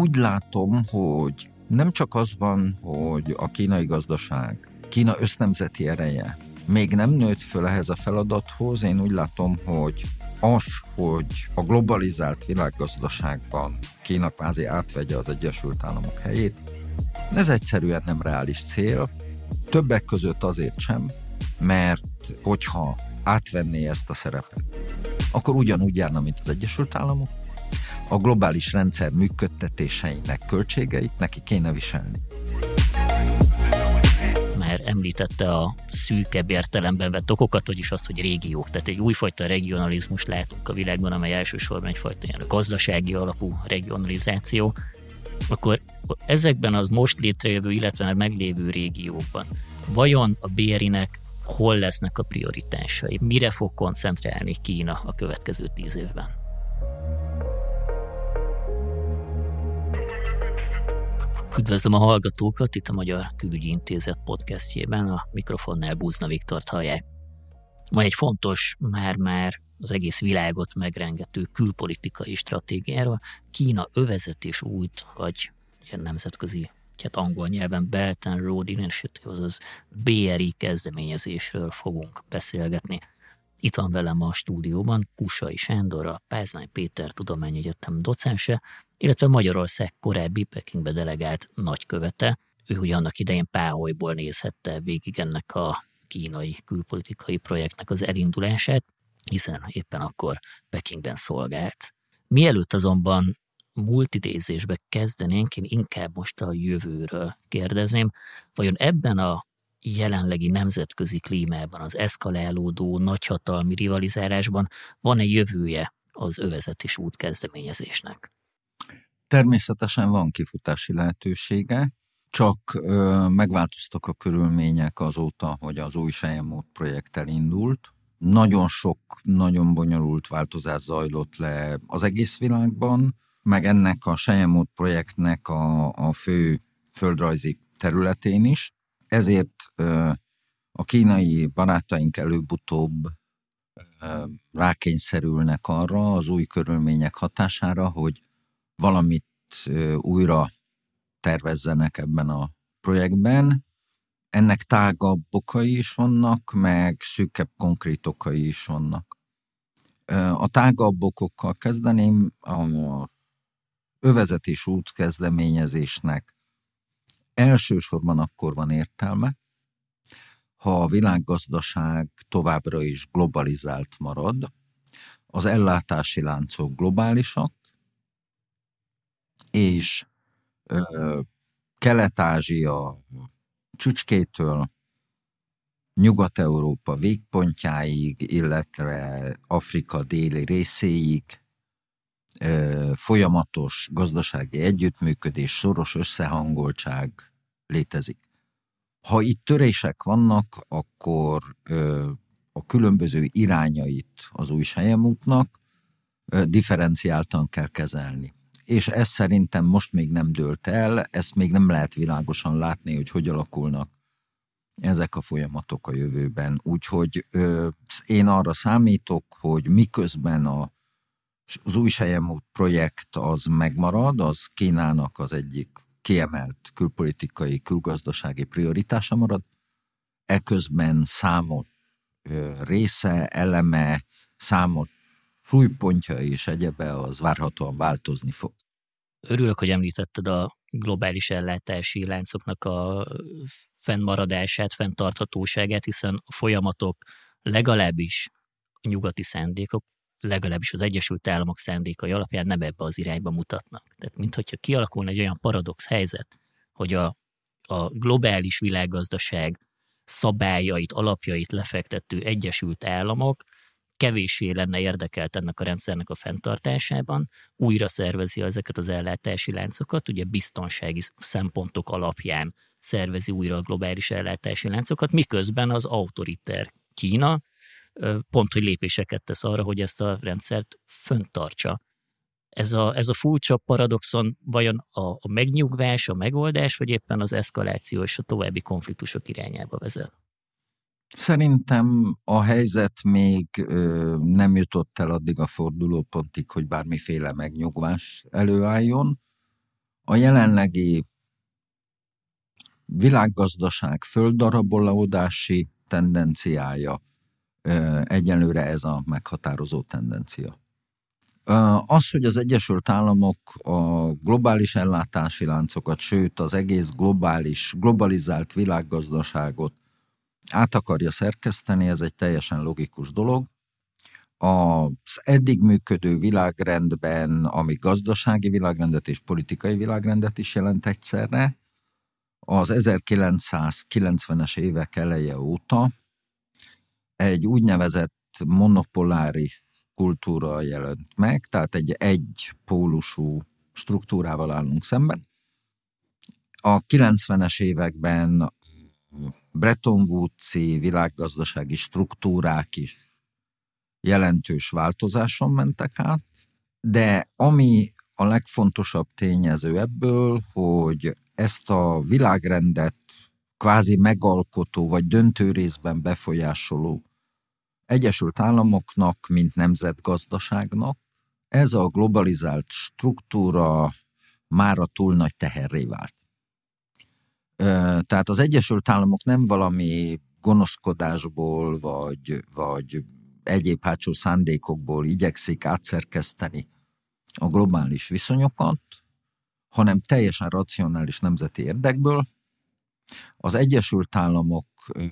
úgy látom, hogy nem csak az van, hogy a kínai gazdaság, Kína össznemzeti ereje még nem nőtt föl ehhez a feladathoz. Én úgy látom, hogy az, hogy a globalizált világgazdaságban Kína kvázi átvegye az Egyesült Államok helyét, ez egyszerűen nem reális cél. Többek között azért sem, mert hogyha átvenné ezt a szerepet, akkor ugyanúgy járna, mint az Egyesült Államok. A globális rendszer működtetéseinek költségeit neki kéne viselni. Már említette a szűkebb értelemben vett okokat, vagyis azt, hogy régiók. Tehát egy újfajta regionalizmust látunk a világban, amely elsősorban egyfajta ilyen gazdasági alapú regionalizáció. Akkor ezekben az most létrejövő, illetve már meglévő régiókban vajon a BRI-nek hol lesznek a prioritásai? Mire fog koncentrálni Kína a következő 10 évben? Üdvözlöm a hallgatókat itt a Magyar Külügyi Intézet podcastjében, a mikrofonnál Búzna Viktort hallják. Ma egy fontos, már az egész világot megrengető külpolitikai stratégiáról, Kína övezetés út, vagy ilyen nemzetközi, angol nyelven Belt and Road Initiative, azaz BRI kezdeményezésről fogunk beszélgetni. Itt van velem a stúdióban Kussai Sándor, a Pázmány Péter Tudományegyetem docense, illetve Magyarország korábbi Pekingbe delegált nagykövete. Ő ugye annak idején Páholyból nézhette végig ennek a kínai külpolitikai projektnek az elindulását, hiszen éppen akkor Pekingben szolgált. Mielőtt azonban múltidézésbe kezdenénk, én inkább most a jövőről kérdezném, vajon ebben a jelenlegi nemzetközi klímában, az eszkalálódó nagyhatalmi rivalizálásban van-e jövője az övezetés út kezdeményezésnek? Természetesen van kifutási lehetősége, csak megváltoztak a körülmények azóta, hogy az új Selyemút projekt elindult. Nagyon sok, nagyon bonyolult változás zajlott le az egész világban, meg ennek a Selyemút projektnek a fő földrajzi területén is. Ezért a kínai barátaink előbb-utóbb rákényszerülnek arra az új körülmények hatására, hogy valamit újra tervezzenek ebben a projektben. Ennek tágabb okai is vannak, meg szűkebb konkrét okai is vannak. A tágabb okokkal kezdeném. A övezetés út kezdeményezésnek elsősorban akkor van értelme, ha a világgazdaság továbbra is globalizált marad, az ellátási láncok globálisak, és Kelet-Ázsia csücskétől Nyugat-Európa végpontjáig, illetve Afrika déli részéig folyamatos gazdasági együttműködés, szoros összehangoltság létezik. Ha itt törések vannak, akkor a különböző irányait az új Selyemútnak differenciáltan kell kezelni. És ez szerintem most még nem dőlt el, ezt még nem lehet világosan látni, hogy alakulnak ezek a folyamatok a jövőben. Úgyhogy én arra számítok, hogy miközben az új Selyemút projekt az megmarad, az Kínának az egyik kiemelt külpolitikai, külgazdasági prioritása marad, eközben számos része, eleme, számos súlypontja és egyebe az várhatóan változni fog. Örülök, hogy említetted a globális ellátási láncoknak a fennmaradását, fenntarthatóságát, hiszen a folyamatok legalábbis a nyugati szándékok, legalábbis az Egyesült Államok szándékai alapján nem ebbe az irányba mutatnak. Tehát minthogyha kialakulna egy olyan paradox helyzet, hogy a globális világgazdaság szabályait, alapjait lefektető Egyesült Államok kevéssé lenne érdekelt ennek a rendszernek a fenntartásában, újra szervezi ezeket az ellátási láncokat, ugye biztonsági szempontok alapján szervezi újra a globális ellátási láncokat, miközben az autoriter Kína pont, hogy lépéseket tesz arra, hogy ezt a rendszert fönntartsa. Ez a furcsa paradoxon vajon a megnyugvás, a megoldás, vagy éppen az eszkaláció és a további konfliktusok irányába vezet? Szerintem a helyzet még nem jutott el addig a fordulópontig, hogy bármiféle megnyugvás előálljon. A jelenlegi világgazdaság földdarabolódási tendenciája egyelőre ez a meghatározó tendencia. Az, hogy az Egyesült Államok a globális ellátási láncokat, sőt az egész globalizált világgazdaságot át akarja szerkeszteni, ez egy teljesen logikus dolog. Az eddig működő világrendben, ami gazdasági világrendet és politikai világrendet is jelent egyszerre, az 1990-es évek eleje óta egy úgynevezett monopoláris kultúra jelent meg, tehát egy pólusú struktúrával állunk szemben. A 90-es években Bretton Woods-i világgazdasági struktúrák is jelentős változáson mentek át, de ami a legfontosabb tényező ebből, hogy ezt a világrendet kvázi megalkotó vagy döntő részben befolyásoló Egyesült Államoknak, mint nemzetgazdaságnak, ez a globalizált struktúra mára túl nagy teherré vált. Tehát az Egyesült Államok nem valami gonoszkodásból vagy egyéb hátsó szándékokból igyekszik átszerkeszteni a globális viszonyokat, hanem teljesen racionális nemzeti érdekből. Az Egyesült Államok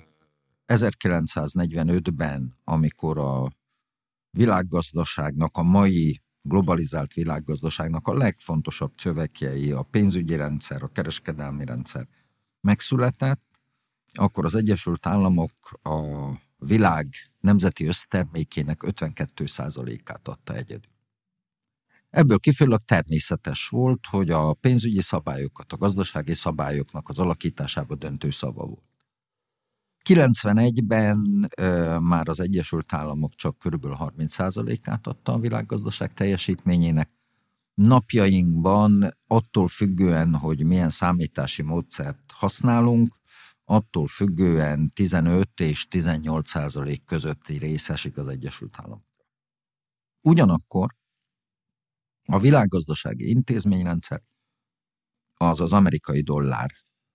1945-ben, amikor a világgazdaságnak, a mai globalizált világgazdaságnak a legfontosabb csövekjei, a pénzügyi rendszer, a kereskedelmi rendszer megszületett, akkor az Egyesült Államok a világ nemzeti össztermékének 52%-át adta egyedül. Ebből kifolyólag természetes volt, hogy a pénzügyi szabályokat, a gazdasági szabályoknak az alakításában döntő szava volt. 91-ben már az Egyesült Államok csak körülbelül 30%-át adta a világgazdaság teljesítményének. Napjainkban attól függően, hogy milyen számítási módszert használunk, attól függően 15 és 18% közötti rész esik az Egyesült Államok. Ugyanakkor a világgazdasági intézményrendszer az az amerikai dollár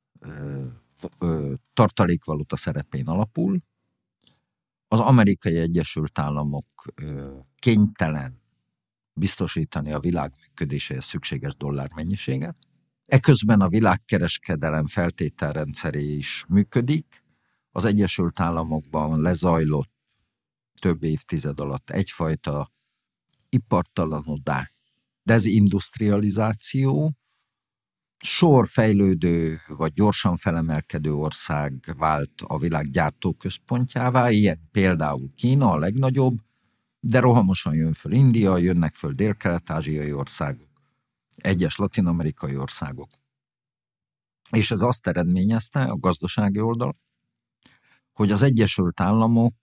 tartalékvaluta szerepén alapul. Az Amerikai Egyesült Államok kénytelen biztosítani a világ működéséhez szükséges dollármennyiséget. Eközben a világkereskedelem feltételrendszere is működik. Az Egyesült Államokban lezajlott több évtized alatt egyfajta ipartalanodás, dezindustrializáció, sor fejlődő vagy gyorsan felemelkedő ország vált a világ gyártóközpontjává, ilyen például Kína a legnagyobb, de rohamosan jön föl India, jönnek föl dél-kelet-ázsiai országok, egyes latin-amerikai országok. És ez azt eredményezte a gazdasági oldal, hogy az Egyesült Államok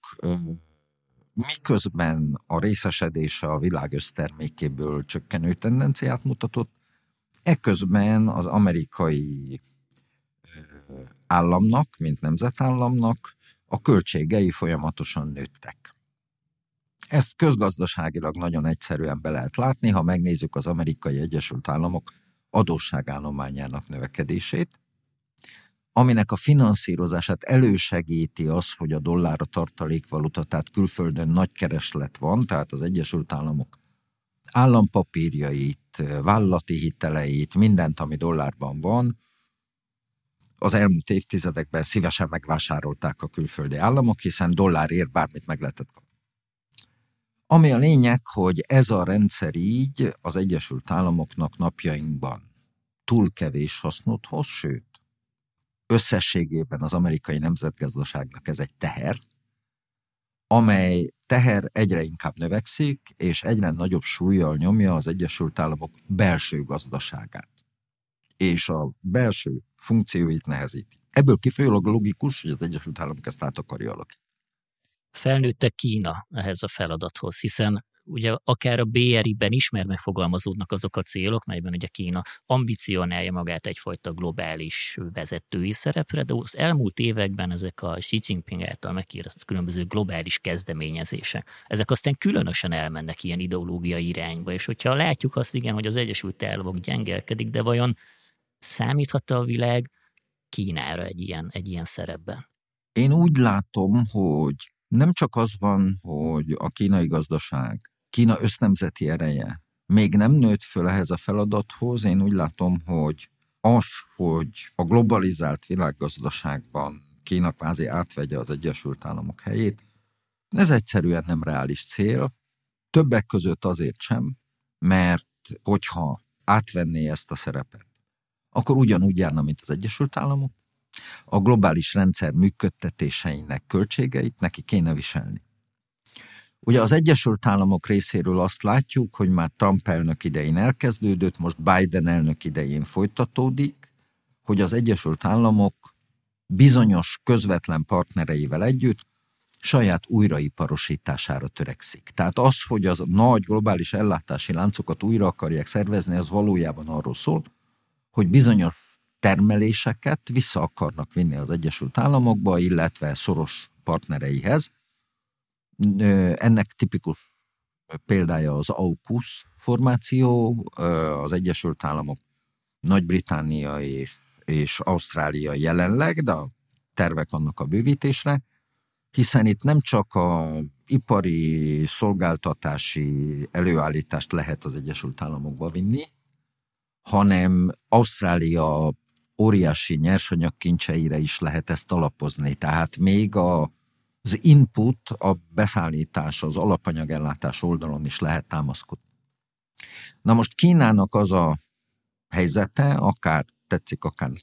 miközben a részesedése a világ össztermékéből csökkenő tendenciát mutatott, eközben az amerikai államnak, mint nemzetállamnak a költségei folyamatosan nőttek. Ezt közgazdaságilag nagyon egyszerűen be lehet látni, ha megnézzük az Amerikai Egyesült Államok adósságállományának növekedését, aminek a finanszírozását elősegíti az, hogy a dollár a tartalékvaluta, tehát külföldön nagy kereslet van, tehát az Egyesült Államok állampapírjait, vállalati hiteleit, mindent, ami dollárban van, az elmúlt évtizedekben szívesen megvásárolták a külföldi államok, hiszen dollárért bármit meg lehetett kapni. Ami a lényeg, hogy ez a rendszer így az Egyesült Államoknak napjainkban túl kevés hasznot hoz, sőt, összességében az amerikai nemzetgazdaságnak ez egy teher, amely teher egyre inkább növekszik, és egyre nagyobb súllyal nyomja az Egyesült Államok belső gazdaságát, és a belső funkcióit nehezíti. Ebből kifolyólag logikus, hogy az Egyesült Államok ezt át akarja alakítani. Felnőtte Kína ehhez a feladathoz, hiszen ugye akár a BRI-ben is már megfogalmazódnak azok a célok, melyben ugye Kína ambicionálja magát egyfajta globális vezetői szerepre, de az elmúlt években ezek a Xi Jinping által megírt különböző globális kezdeményezések, ezek aztán különösen elmennek ilyen ideológiai irányba, és hogyha látjuk azt, igen, hogy az Egyesült Államok gyengelkedik, de vajon számíthat a világ Kínára egy ilyen szerepben? Én úgy látom, hogy nem csak az van, hogy a kínai gazdaság, Kína össznemzeti ereje még nem nőtt föl ehhez a feladathoz. Én úgy látom, hogy az, hogy a globalizált világgazdaságban Kína kvázi átvegye az Egyesült Államok helyét, ez egyszerűen nem reális cél. Többek között azért sem, mert hogyha átvenné ezt a szerepet, akkor ugyanúgy járna, mint az Egyesült Államok. A globális rendszer működtetéseinek költségeit neki kéne viselni. Ugye az Egyesült Államok részéről azt látjuk, hogy már Trump elnök idején elkezdődött, most Biden elnök idején folytatódik, hogy az Egyesült Államok bizonyos közvetlen partnereivel együtt saját újraiparosítására törekszik. Tehát az, hogy az nagy globális ellátási láncokat újra akarják szervezni, az valójában arról szól, hogy bizonyos termeléseket vissza akarnak vinni az Egyesült Államokba, illetve szoros partnereihez. Ennek tipikus példája az AUKUS formáció, az Egyesült Államok, Nagy-Britannia és Ausztrália jelenleg, de a tervek vannak a bővítésre, hiszen itt nem csak az ipari szolgáltatási előállítást lehet az Egyesült Államokba vinni, hanem Ausztrália óriási nyersanyagkincseire is lehet ezt alapozni. Tehát még az input, a beszállítás, az alapanyagellátás oldalon is lehet támaszkodni. Na most Kínának az a helyzete, akár tetszik, akár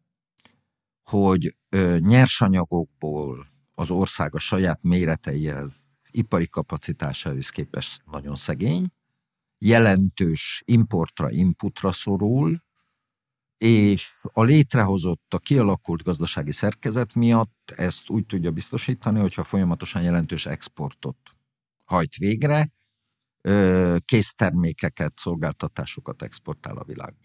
hogy nyersanyagokból az ország a saját méreteihez, ipari kapacitásához képest nagyon szegény, jelentős importra, inputra szorul, és a létrehozott, a kialakult gazdasági szerkezet miatt ezt úgy tudja biztosítani, hogyha folyamatosan jelentős exportot hajt végre, késztermékeket, szolgáltatásokat exportál a világba.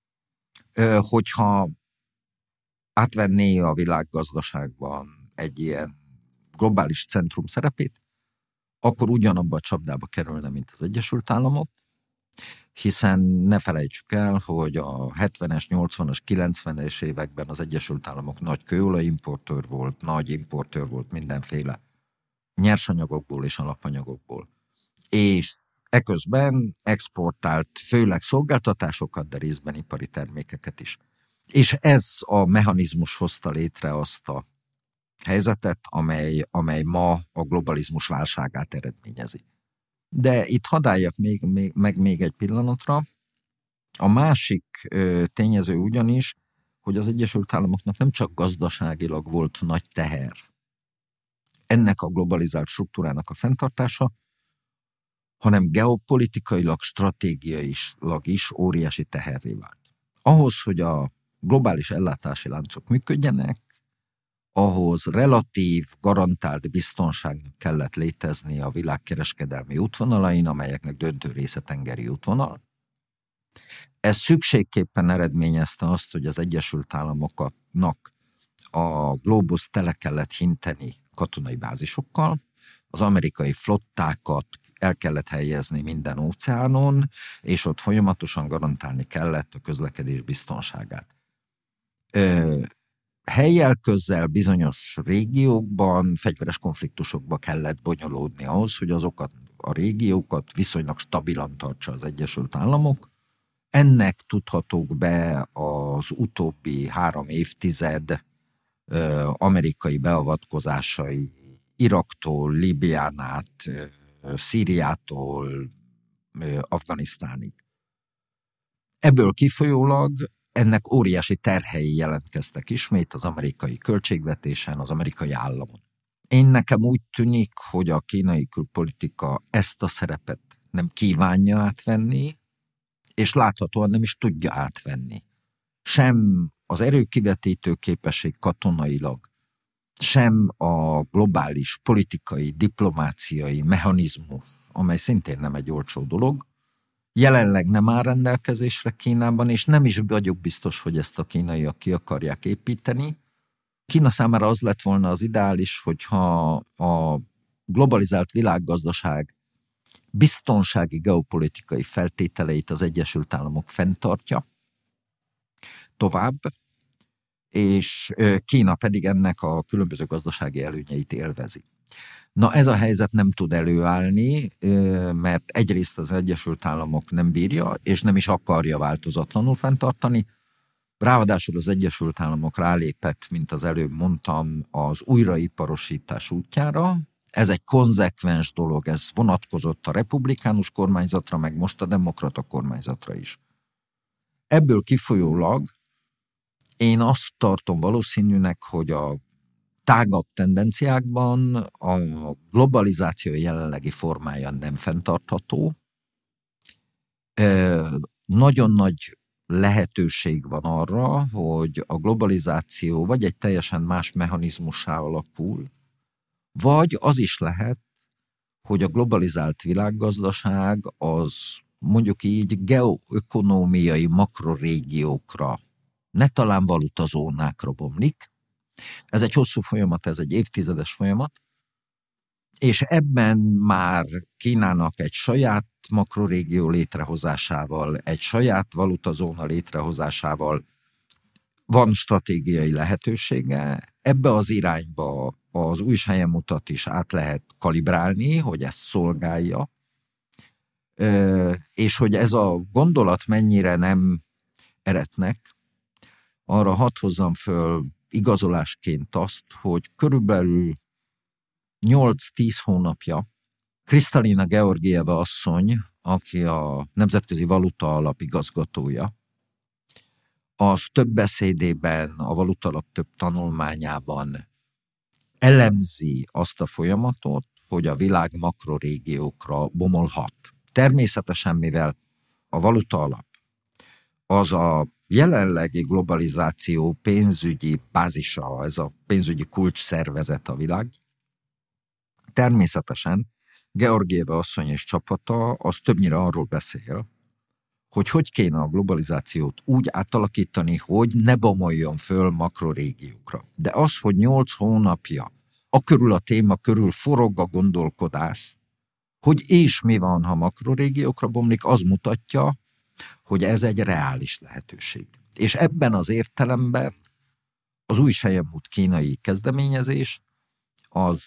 Hogyha átvenné a világgazdaságban egy ilyen globális centrum szerepét, akkor ugyanabba a csapdába kerülne, mint az Egyesült Államok, hiszen ne felejtsük el, hogy a 70-es, 80-as, 90-es években az Egyesült Államok nagy kőolajimportőr volt, nagy importőr volt mindenféle nyersanyagokból és alapanyagokból. És eközben exportált főleg szolgáltatásokat, de részben ipari termékeket is. És ez a mechanizmus hozta létre azt a helyzetet, amely ma a globalizmus válságát eredményezi. De itt hadd álljak még egy pillanatra. A másik tényező ugyanis, hogy az Egyesült Államoknak nem csak gazdaságilag volt nagy teher ennek a globalizált struktúrának a fenntartása, hanem geopolitikailag, stratégiailag is óriási teherré vált. Ahhoz, hogy a globális ellátási láncok működjenek, ahhoz relatív, garantált biztonságnak kellett létezni a világkereskedelmi útvonalain, amelyeknek döntő része tengeri útvonal. Ez szükségképpen eredményezte azt, hogy az Egyesült Államoknak a globuszt tele kellett hinteni katonai bázisokkal, az amerikai flottákat el kellett helyezni minden óceánon, és ott folyamatosan garantálni kellett a közlekedés biztonságát. Helyjel közzel bizonyos régiókban fegyveres konfliktusokba kellett bonyolódni ahhoz, hogy azokat a régiókat viszonylag stabilan tartsa az Egyesült Államok. Ennek tudhatók be az utóbbi 3 évtized amerikai beavatkozásai Iraktól, Líbián át, Szíriától, Afganisztánig. Ebből kifolyólag ennek óriási terhei jelentkeztek ismét az amerikai költségvetésen, az amerikai államon. Nekem úgy tűnik, hogy a kínai külpolitika ezt a szerepet nem kívánja átvenni, és láthatóan nem is tudja átvenni. Sem az erőkivetítő képesség katonailag, sem a globális politikai, diplomáciai mechanizmus, amely szintén nem egy olcsó dolog, jelenleg nem áll rendelkezésre Kínában, és nem is vagyok biztos, hogy ezt a kínaiak ki akarják építeni. Kína számára az lett volna az ideális, hogyha a globalizált világgazdaság biztonsági geopolitikai feltételeit az Egyesült Államok fenntartja tovább, és Kína pedig ennek a különböző gazdasági előnyeit élvezi. Na ez a helyzet nem tud előállni, mert egyrészt az Egyesült Államok nem bírja, és nem is akarja változatlanul fenntartani. Ráadásul az Egyesült Államok rálépett, mint az előbb mondtam, az újraiparosítás útjára. Ez egy konzekvens dolog, ez vonatkozott a republikánus kormányzatra, meg most a demokrata kormányzatra is. Ebből kifolyólag én azt tartom valószínűnek, hogy a tágabb tendenciákban a globalizáció jelenlegi formája nem fenntartható. Nagyon nagy lehetőség van arra, hogy a globalizáció vagy egy teljesen más mechanizmussá alakul, vagy az is lehet, hogy a globalizált világgazdaság az mondjuk így geoökonómiai makrorégiókra, ne talán valutazónákra bomlik. Ez egy hosszú folyamat, ez egy évtizedes folyamat, és ebben már Kínának egy saját makrorégió létrehozásával, egy saját valutazóna létrehozásával van stratégiai lehetősége. Ebbe az irányba az új selyemmutat is át lehet kalibrálni, hogy ezt szolgálja, és hogy ez a gondolat mennyire nem eretnek, arra hadd hozzam föl igazolásként azt, hogy körülbelül 8-10 hónapja Kristalina Georgieva asszony, aki a Nemzetközi Valuta Alap igazgatója, az több beszédében, a Valuta Alap több tanulmányában elemzi azt a folyamatot, hogy a világ makrorégiókra bomolhat. Természetesen, mivel a Valuta Alap az a jelenlegi globalizáció pénzügyi bázisa, ez a pénzügyi kulcsszervezet a világ, természetesen Georgieva asszony és csapata az többnyire arról beszél, hogy kéne a globalizációt úgy átalakítani, hogy ne bomoljon föl makrorégiókra. De az, hogy 8 hónapja a téma körül forog a gondolkodás, hogy és mi van, ha makrorégiókra bomlik, az mutatja, hogy ez egy reális lehetőség. És ebben az értelemben az új selyemút kínai kezdeményezés az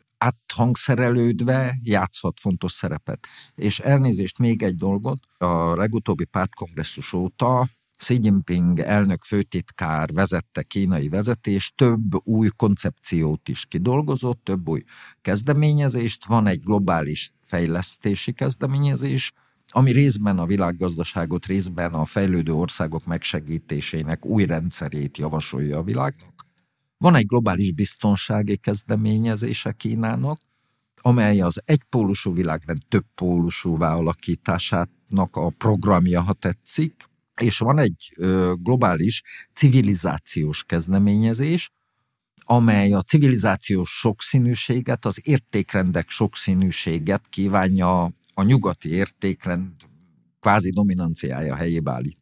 áthangszerelődve játszhat fontos szerepet. És elnézést, még egy dolgot, a legutóbbi pártkongresszus óta Xi Jinping elnök főtitkár vezette kínai vezetés, több új koncepciót is kidolgozott, több új kezdeményezést, van egy globális fejlesztési kezdeményezés, ami részben a világgazdaságot, részben a fejlődő országok megsegítésének új rendszerét javasolja a világnak. Van egy globális biztonsági kezdeményezése Kínának, amely az egypólusú világrend többpólusúvá alakításának a programja, ha tetszik, és van egy globális civilizációs kezdeményezés, amely a civilizációs sokszínűséget, az értékrendek sokszínűséget kívánja a nyugati értékrend kvázi dominanciája helyébe állít.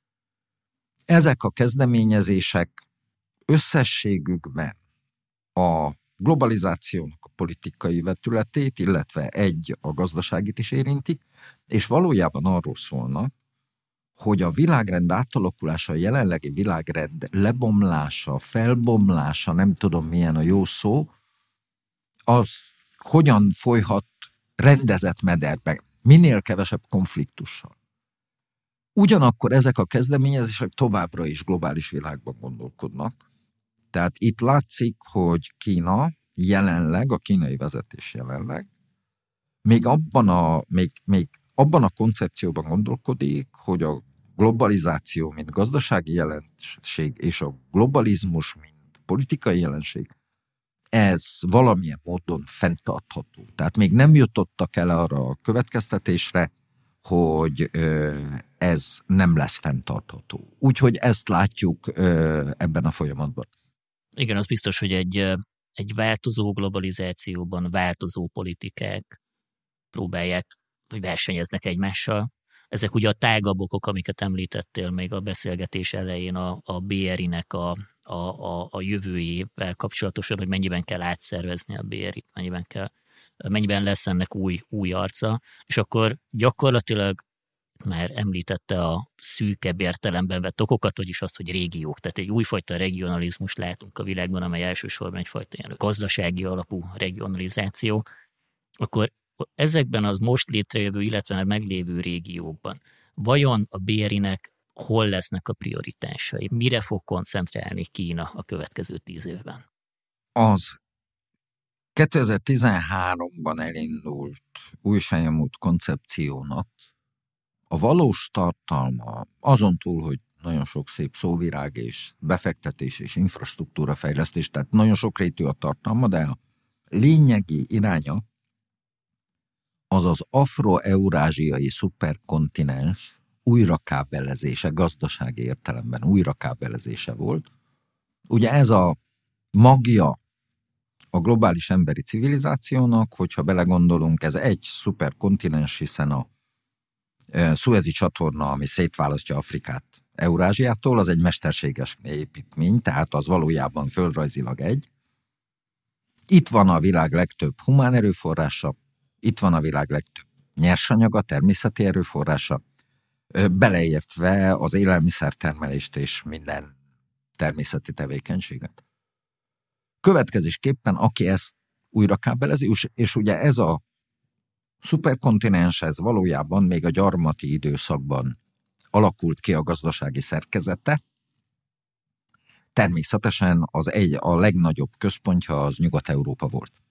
Ezek a kezdeményezések összességükben a globalizációnak a politikai vetületét, illetve a gazdaságit is érintik, és valójában arról szólnak, hogy a világrend átalakulása, a jelenlegi világrend lebomlása, felbomlása, nem tudom milyen a jó szó, az hogyan folyhat rendezett mederben, minél kevesebb konfliktussal. Ugyanakkor ezek a kezdeményezések továbbra is globális világban gondolkodnak. Tehát itt látszik, hogy Kína jelenleg, a kínai vezetés jelenleg, még abban a koncepcióban gondolkodik, hogy a globalizáció, mint gazdasági jelenség, és a globalizmus, mint politikai jelenség, ez valamilyen módon fenntartható. Tehát még nem jutottak el arra a következtetésre, hogy ez nem lesz fenntartható. Úgyhogy ezt látjuk ebben a folyamatban. Igen, az biztos, hogy egy egy változó globalizációban változó politikák próbálják, hogy versenyeznek egymással. Ezek ugye a tágabb okok, amiket említettél még a beszélgetés elején, a BRI-nek a jövőjével kapcsolatosan, hogy mennyiben kell átszervezni a BRI-t, mennyiben lesz ennek új arca, és akkor gyakorlatilag már említette a szűkebb értelemben vett okokat, vagyis azt, hogy régiók. Tehát egy újfajta regionalizmust látunk a világban, amely elsősorban egyfajta ilyen gazdasági alapú regionalizáció. Akkor ezekben az most létrejövő, illetve már meglévő régiókban vajon a BRI-nek hol lesznek a prioritásai? Mire fog koncentrálni Kína a következő 10 évben? Az 2013-ban elindult új Seljemút koncepciónak a valós tartalma, azon túl, hogy nagyon sok szép szóvirág és befektetés és infrastruktúra fejlesztés, tehát nagyon sokrétű a tartalma, de a lényegi iránya az az afro-eurázsiai szuperkontinens újrakábelezése, gazdasági értelemben újrakábelezése volt. Ugye ez a magja a globális emberi civilizációnak, hogyha belegondolunk, ez egy szuperkontinens, hiszen a Szuezi csatorna, ami szétválasztja Afrikát Eurázsiától, az egy mesterséges építmény, tehát az valójában földrajzilag egy. Itt van a világ legtöbb humán erőforrása, itt van a világ legtöbb nyersanyaga, természeti erőforrása, beleértve az élelmiszertermelést és minden természeti tevékenységet. Következésképpen, aki ezt újra kábelezi, és ugye ez a szuperkontinens, ez valójában még a gyarmati időszakban alakult ki a gazdasági szerkezete. Természetesen a legnagyobb központja az Nyugat-Európa volt.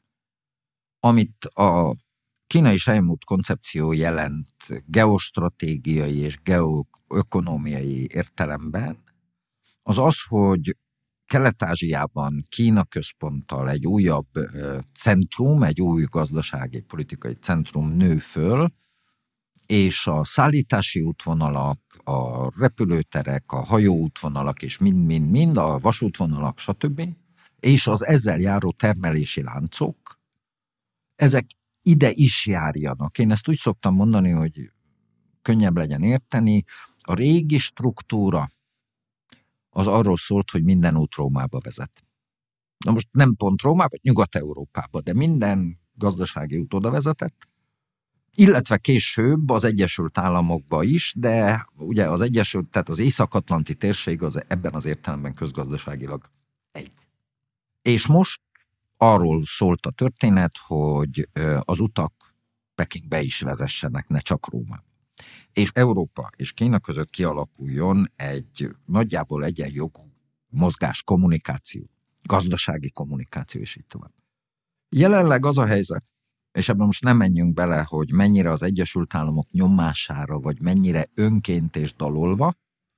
Amit a kínai Seljemút koncepció jelent geostratégiai és geoökonómiai értelemben, az az, hogy Kelet-Ázsiában Kína központtal egy újabb centrum, egy új gazdasági politikai centrum nő föl, és a szállítási útvonalak, a repülőterek, a hajóútvonalak és mind, a vasútvonalak, stb., és az ezzel járó termelési láncok, ezek ide is járjanak. Én ezt úgy szoktam mondani, hogy könnyebb legyen érteni. A régi struktúra az arról szólt, hogy minden út Rómába vezet. Na most nem pont Rómába, Nyugat-Európába, de minden gazdasági út oda vezetett, illetve később az Egyesült Államokba is, de ugye tehát az Észak-Atlanti térség az ebben az értelemben közgazdaságilag egy. És most arról szólt a történet, hogy az utak Pekingbe is vezessenek, ne csak Rómába. És Európa és Kína között kialakuljon egy nagyjából egyenjogú mozgás, kommunikáció, gazdasági kommunikáció, és így tovább. Jelenleg az a helyzet, és ebben most nem menjünk bele, hogy mennyire az Egyesült Államok nyomására, vagy mennyire önként és dalolva,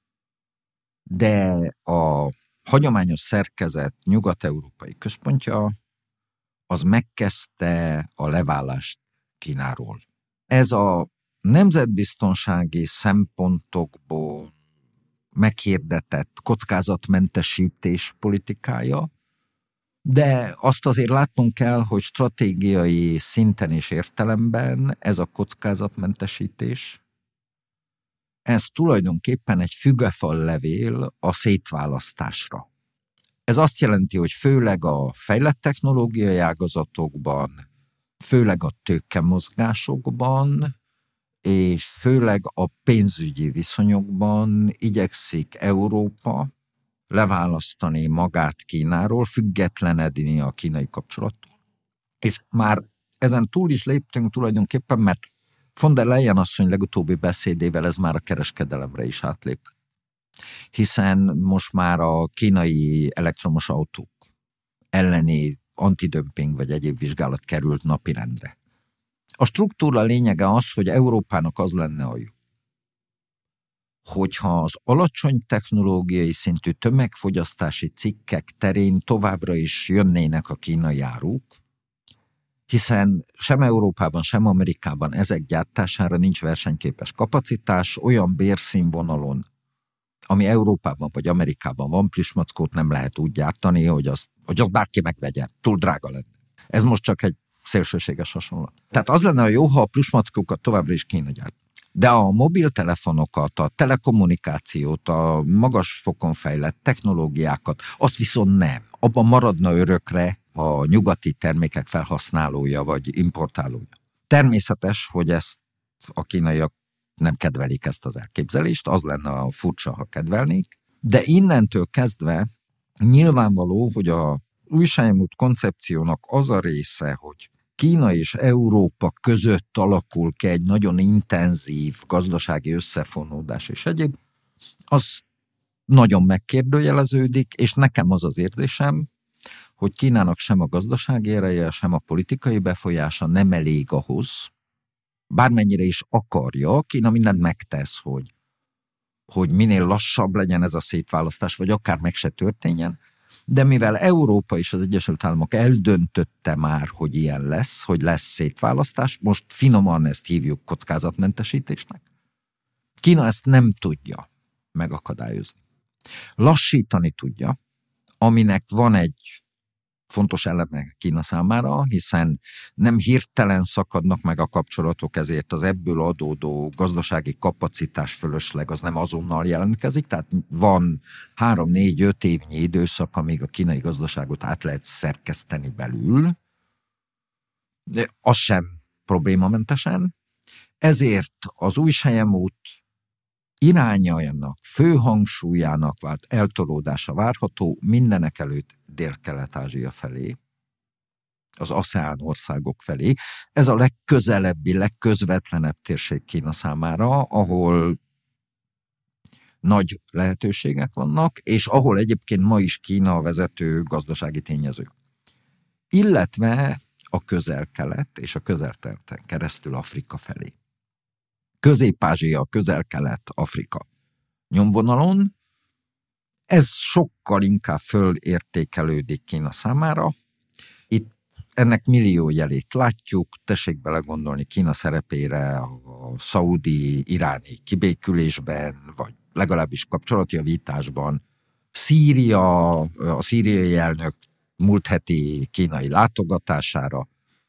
de a hagyományos szerkezet nyugat-európai központja az megkezdte a leválást Kínáról. Ez a nemzetbiztonsági szempontokból meghirdetett kockázatmentesítés politikája, de azt azért látnunk kell, hogy stratégiai szinten és értelemben ez a kockázatmentesítés, ez tulajdonképpen egy fügefallevél a szétválasztásra. Ez azt jelenti, hogy főleg a fejlett technológiai ágazatokban, főleg a tőkemozgásokban, és főleg a pénzügyi viszonyokban igyekszik Európa leválasztani magát Kínáról, függetlenedni a kínai kapcsolattól. És már ezen túl is léptünk tulajdonképpen, mert von der Leyen asszony legutóbbi beszédével ez már a kereskedelemre is átlép. Hiszen most már a kínai elektromos autók elleni antidömping vagy egyéb vizsgálat került napirendre. A struktúra lényege az, hogy Európának az lenne a jó, hogyha az alacsony technológiai szintű tömegfogyasztási cikkek terén továbbra is jönnének a kínai áruk, hiszen sem Európában, sem Amerikában ezek gyártására nincs versenyképes kapacitás, olyan bérszínvonalon, ami Európában vagy Amerikában van, plüsmackót nem lehet úgy gyártani, hogy azt bárki megvegye. Túl drága lenne. Ez most csak egy szélsőséges hasonlat. Tehát az lenne jó, ha a plüsmackókat továbbra is Kína gyárt. De a mobiltelefonokat, a telekommunikációt, a magas fokon fejlett technológiákat, azt viszont nem. Abban maradna örökre a nyugati termékek felhasználója vagy importálója. Természetes, hogy ezt a kínaiak nem kedvelik ezt az elképzelést, az lenne a furcsa, ha kedvelnék, de innentől kezdve nyilvánvaló, hogy a újságút koncepciónak az a része, hogy Kína és Európa között alakul ki egy nagyon intenzív gazdasági összefonódás és egyéb, az nagyon megkérdőjeleződik, és nekem az az érzésem, hogy Kínának sem a gazdasági ereje, sem a politikai befolyása nem elég ahhoz, bármennyire is akarja, Kína mindent megtesz, hogy minél lassabb legyen ez a szétválasztás, vagy akár meg se történjen, de mivel Európa és az Egyesült Államok eldöntötte már, hogy ilyen lesz, hogy lesz szétválasztás, most finoman ezt hívjuk kockázatmentesítésnek, Kína ezt nem tudja megakadályozni. Lassítani tudja, aminek van egy fontos eleme Kína számára, hiszen nem hirtelen szakadnak meg a kapcsolatok, ezért az ebből adódó gazdasági kapacitás fölösleg az nem azonnal jelentkezik, tehát van 3-4-5 évnyi időszak, amíg a kínai gazdaságot át lehet szerkeszteni belül, de az sem problémamentesen, ezért az új selyemút irányainak, fő hangsúlyának vált eltolódása várható mindenek előtt Dél-Kelet-Ázsia felé, az ASEAN országok felé. Ez a legközelebbi, legközvetlenebb térség Kína számára, ahol nagy lehetőségek vannak, és ahol egyébként ma is Kína a vezető gazdasági tényező. Illetve a Közel-Kelet és a Közel-Keleten keresztül Afrika felé. Közép-Ázsia, Közel-Kelet, Afrika nyomvonalon, ez sokkal inkább fölértékelődik Kína számára. Itt ennek millió jelét látjuk, tessék belegondolni Kína szerepére a szaudi-iráni kibékülésben, vagy legalábbis kapcsolatjavításban. Szíria, a szíriai elnök múlt heti kínai látogatására,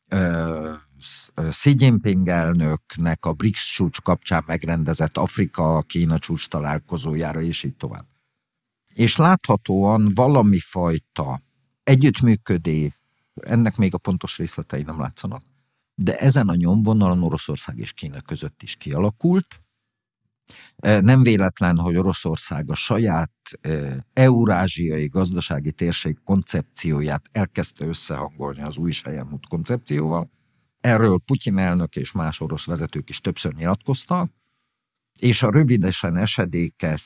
Xi Jinping elnöknek a BRICS csúcs kapcsán megrendezett Afrika-Kína csúcs találkozójára, és így tovább. És láthatóan valami fajta együttműködés, ennek még a pontos részletei nem látszanak, de ezen a nyomvonalon Oroszország és Kína között is kialakult. Nem véletlen, hogy Oroszország a saját eurázsiai gazdasági térség koncepcióját elkezdte összehangolni az új selyemút koncepcióval. Erről Putyin elnök és más orosz vezetők is többször nyilatkoztak, és a rövidesen esedékes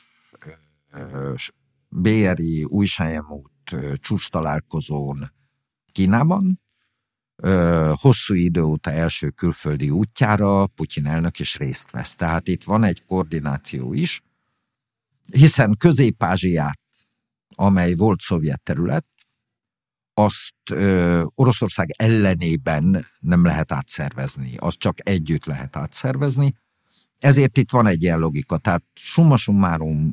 BRI új selyemút csúcs találkozón Kínában hosszú idő óta első külföldi útjára Putyin elnök is részt vesz. Tehát itt van egy koordináció is, hiszen Közép-Ázsiát, amely volt szovjet terület, azt Oroszország ellenében nem lehet átszervezni, azt csak együtt lehet átszervezni. Ezért itt van egy ilyen logika. Tehát summa summarum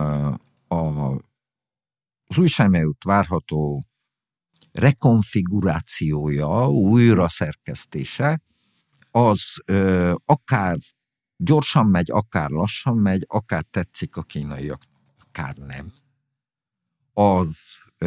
az új selyemút várható rekonfigurációja, újra szerkesztése, az akár gyorsan megy, akár lassan megy, akár tetszik a kínaiaknak, akár nem. Az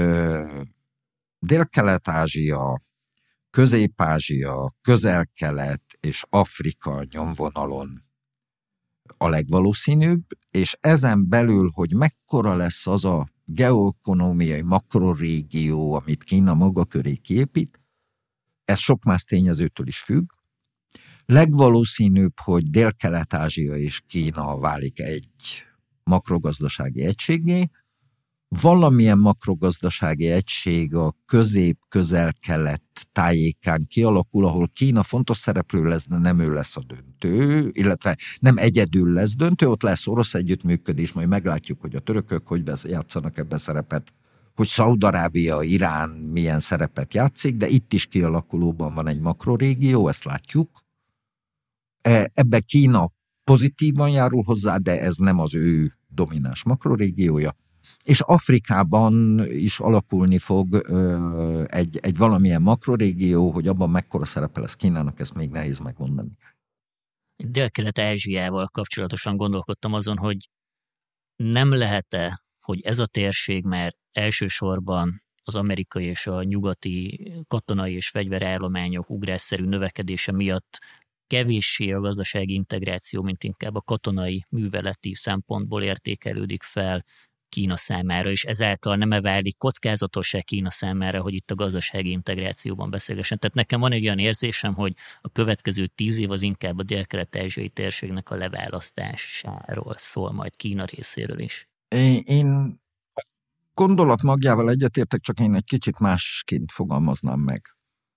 Dél-Kelet-Ázsia, Közép-Ázsia, Közel-Kelet és Afrika nyomvonalon a legvalószínűbb, és ezen belül, hogy mekkora lesz az a geoökonómiai makrorégió, amit Kína maga köré kiépít, ez sok más tényezőtől is függ. Legvalószínűbb, hogy Dél-Kelet-Ázsia és Kína válik egy makrogazdasági egységgé, valamilyen makrogazdasági egység a közép-közel-kelet tájékán kialakul, ahol Kína fontos szereplő lesz, de nem ő lesz a döntő, illetve nem egyedül lesz döntő, ott lesz orosz együttműködés, majd meglátjuk, hogy a törökök hogy játszanak ebben szerepet, hogy Szaúd-Arábia, Irán milyen szerepet játszik, de itt is kialakulóban van egy makrorégió, ezt látjuk. Ebbe Kína pozitívan járul hozzá, de ez nem az ő domináns makrorégiója, és Afrikában is alakulni fog egy valamilyen makrorégió, hogy abban mekkora szerepe lesz Kínának, ezt még nehéz megmondani. Dél-Kelet-Ázsiával kapcsolatosan gondolkodtam azon, hogy nem lehet-e, hogy ez a térség már elsősorban az amerikai és a nyugati katonai és fegyverállományok ugrásszerű növekedése miatt kevéssé a gazdasági integráció, mint inkább a katonai műveleti szempontból értékelődik fel Kína számára, és ezáltal nem válik kockázatossá Kína számára, hogy itt a gazdasági integrációban beszélgessen. Tehát nekem van egy olyan érzésem, hogy a következő 10 év az inkább a dél-kelet-ázsiai térségnek a leválasztásáról szól majd Kína részéről is. Én gondolat magjával egyetértek, csak én egy kicsit másként fogalmaznám meg.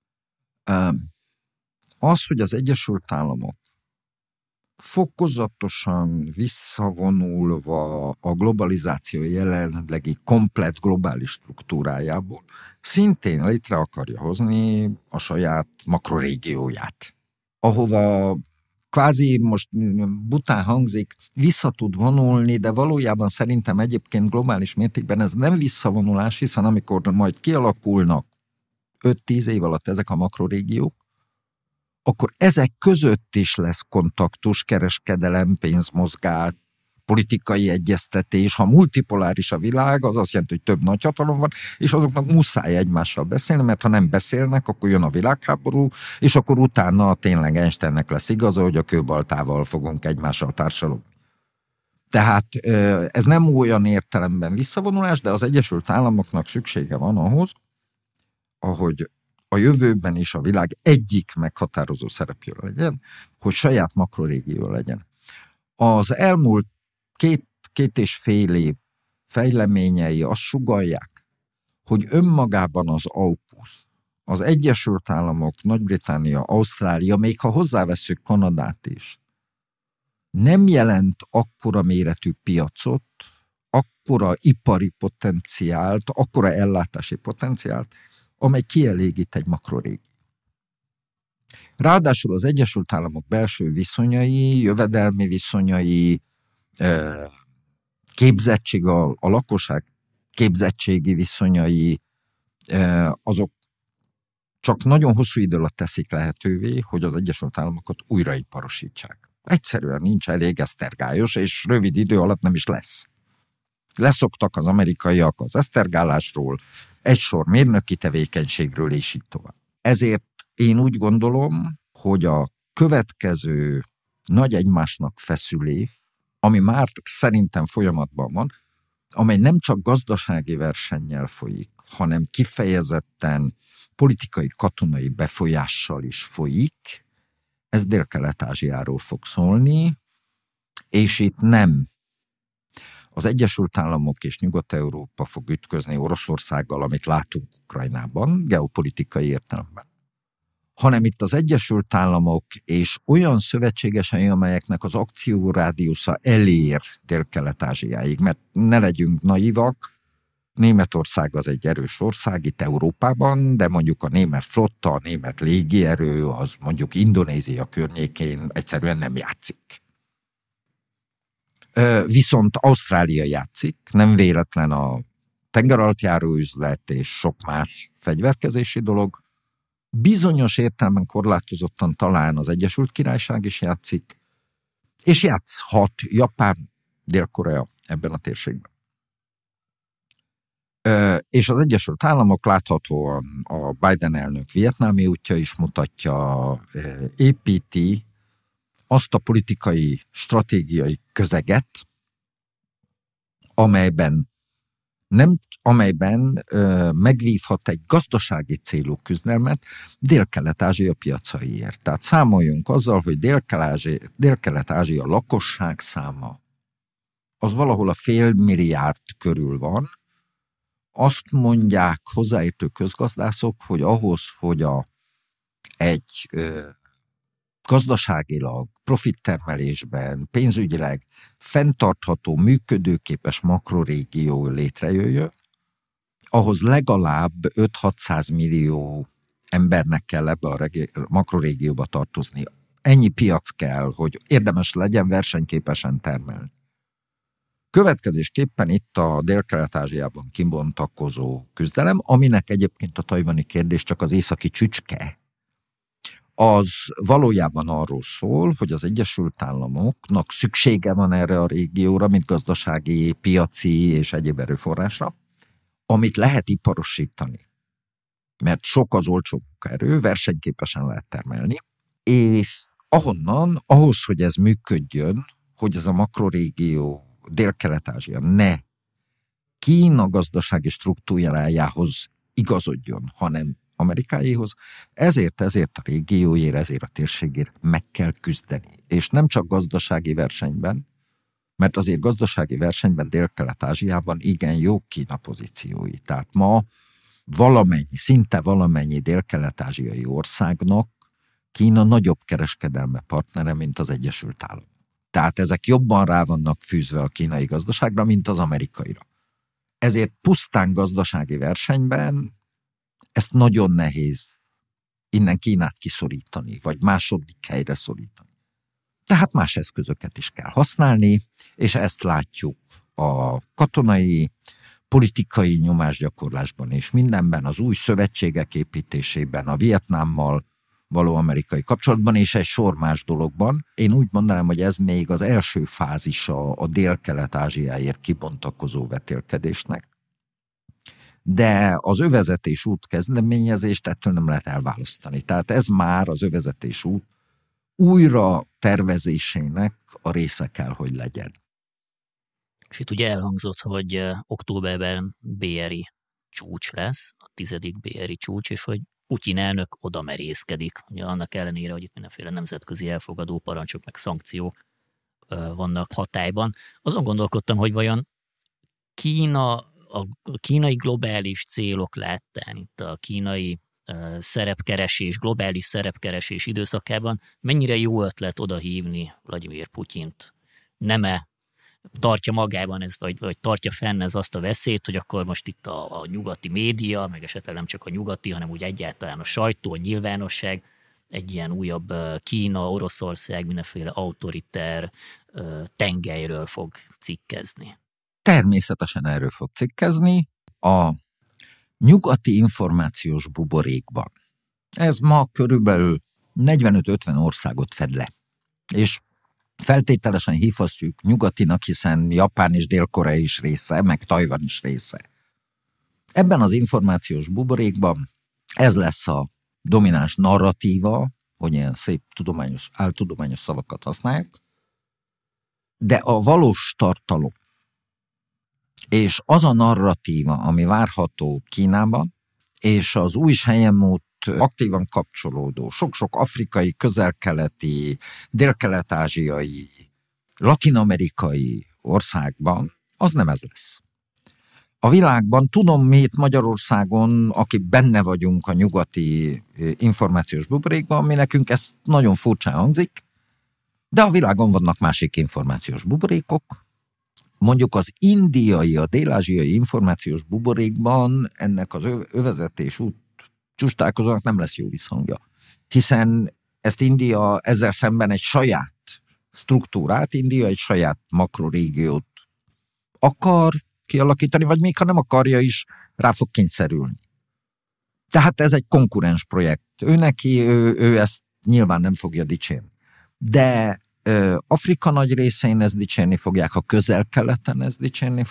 Az, hogy az Egyesült Államok fokozatosan visszavonulva a globalizáció jelenlegi komplett globális struktúrájából szintén létre akarja hozni a saját makrorégióját, ahova kvázi most bután hangzik, vissza tud vonulni, de valójában szerintem egyébként globális mértékben ez nem visszavonulás, hiszen amikor majd kialakulnak 5-10 év alatt ezek a makrorégiók, akkor ezek között is lesz kontaktus, kereskedelem, pénzmozgás, politikai egyeztetés. Ha multipoláris a világ, az azt jelenti, hogy több nagyhatalom van, és azoknak muszáj egymással beszélni, mert ha nem beszélnek, akkor jön a világháború, és akkor utána tényleg Einsteinnek lesz igaza, hogy a kőbaltával fogunk egymással társalogni. Tehát ez nem olyan értelemben visszavonulás, de az Egyesült Államoknak szüksége van ahhoz, ahogy a jövőben is a világ egyik meghatározó szereplő legyen, hogy saját makrorégió legyen. Az elmúlt két és fél év fejleményei azt sugallják, hogy önmagában az AUKUS, az Egyesült Államok, Nagy-Britannia, Ausztrália, még ha hozzáveszünk Kanadát is, nem jelent akkora méretű piacot, akkora ipari potenciált, akkora ellátási potenciált, amely kielégít egy makrorégió. Ráadásul az Egyesült Államok belső viszonyai, jövedelmi viszonyai, képzettség, a lakosság képzettségi viszonyai, azok csak nagyon hosszú idő alatt teszik lehetővé, hogy az Egyesült Államokat újraiparosítsák. Egyszerűen nincs elég esztergályos, és rövid idő alatt nem is lesz. Leszoktak az amerikaiak az esztergálásról, egy sor mérnöki tevékenységről, és így tovább. Ezért én úgy gondolom, hogy a következő nagy egymásnak feszülés, ami már szerintem folyamatban van, amely nem csak gazdasági versennyel folyik, hanem kifejezetten politikai, katonai befolyással is folyik, ez Dél-Kelet-Ázsiáról fog szólni, és itt nem az Egyesült Államok és Nyugat-Európa fog ütközni Oroszországgal, amit látunk Ukrajnában, geopolitikai értelemben, hanem itt az Egyesült Államok és olyan szövetségesei, amelyeknek az akciórádiusza elér Dél-Kelet-Ázsiáig, mert ne legyünk naivak, Németország az egy erős ország itt Európában, de mondjuk a német flotta, a német légierő, az mondjuk Indonézia környékén egyszerűen nem játszik. Viszont Ausztrália játszik, nem véletlen a tengeralattjáró üzlet és sok más fegyverkezési dolog. Bizonyos értelemben korlátozottan talán az Egyesült Királyság is játszik, és játszhat Japán, Dél-Korea ebben a térségben. És az Egyesült Államok láthatóan a Biden elnök vietnámi útja is mutatja, építi azt a politikai, stratégiai közeget, amelyben megvívhat egy gazdasági célú küzdelmet Dél-Kelet-Ázsia piacaiért. Tehát számoljunk azzal, hogy Dél-Kelet-Ázsia lakosság száma az valahol a 500 millió körül van. Azt mondják hozzáértő közgazdászok, hogy ahhoz, hogy egy gazdaságilag, profittermelésben, pénzügyileg fenntartható, működőképes makrorégió létrejöjjön, ahhoz legalább 5-600 millió embernek kell ebbe a makrorégióba tartozni. Ennyi piac kell, hogy érdemes legyen versenyképesen termelni. Következésképpen itt a Dél-Kelet-Ázsiában kibontakozó küzdelem, aminek egyébként a tajvani kérdés csak az északi csücske, az valójában arról szól, hogy az Egyesült Államoknak szüksége van erre a régióra, mint gazdasági, piaci és egyéb erőforrásra, amit lehet iparosítani, mert sok az olcsó erő, versenyképesen lehet termelni, és ahhoz, hogy ez működjön, hogy ez a makrorégió Dél-Kelet-Ázsia ne Kína gazdasági struktúrájához igazodjon, hanem Amerikáéhoz, ezért a régióért, ezért a térségért meg kell küzdeni. És nem csak gazdasági versenyben, mert azért gazdasági versenyben Dél-Kelet-Ázsiában igen jó Kína pozíciói. Tehát ma szinte valamennyi dél-kelet-ázsiai országnak Kína nagyobb kereskedelmi partnere, mint az Egyesült Államok. Tehát ezek jobban rá vannak fűzve a kínai gazdaságra, mint az amerikaira. Ezért pusztán gazdasági versenyben ezt nagyon nehéz innen Kínát kiszorítani, vagy második helyre szorítani. Tehát más eszközöket is kell használni, és ezt látjuk a katonai, politikai nyomásgyakorlásban és mindenben, az új szövetségek építésében, a Vietnámmal való amerikai kapcsolatban, és egy sor más dologban. Én úgy mondanám, hogy ez még az első fázisa a Dél-Kelet-Ázsiáért kibontakozó vetélkedésnek. De az övezetés út kezdeményezést ettől nem lehet elválasztani. Tehát ez már az övezetés út újra tervezésének a része kell, hogy legyen. És itt ugye elhangzott, hogy októberben BRI csúcs lesz, a 10. BRI csúcs, és hogy Putyin elnök oda merészkedik. Ugye annak ellenére, hogy itt mindenféle nemzetközi elfogadó parancsok meg szankciók vannak hatályban. Azon gondolkodtam, hogy vajon a kínai globális célok láttán, itt a kínai szerepkeresés, globális szerepkeresés időszakában mennyire jó ötlet odahívni Vladimir Putyint? Nem-e tartja magában ez, vagy tartja fenn ez azt a veszélyt, hogy akkor most itt a nyugati média, meg esetleg nem csak a nyugati, hanem úgy egyáltalán a sajtó, a nyilvánosság egy ilyen újabb Kína, Oroszország, mindenféle autoriter tengelyről fog cikkezni. Természetesen erről fog cikkezni a nyugati információs buborékban. Ez ma körülbelül 45-50 országot fed le. És feltételesen hívhatjuk nyugatinak, hiszen Japán és Dél-Korea is része, meg Tajvan is része. Ebben az információs buborékban ez lesz a domináns narratíva, hogy ilyen szép áltudományos szavakat használják, de a valós tartalom és az a narratíva, ami várható Kínában, és az új helyemút aktívan kapcsolódó, sok-sok afrikai, közel-keleti, dél-kelet-ázsiai, latin-amerikai országban, az nem ez lesz. A világban, tudom mi itt Magyarországon, akik benne vagyunk a nyugati információs buborékban, mi nekünk ez nagyon furcsán hangzik, de a világon vannak másik információs buborékok. Mondjuk az indiai, a dél-ázsiai információs buborékban ennek az övezetés út csúcstalálkozónak nem lesz jó visszhangja. Hiszen ezt India ezzel szemben egy saját struktúrát, India egy saját makrorégiót akar kialakítani, vagy még ha nem akarja is, rá fog kényszerülni. Tehát ez egy konkurens projekt. Ő ezt nyilván nem fogja dicsérni. De Afrika nagy részén ezt dicsérni fogják, a közel-keleten ezt dicsérni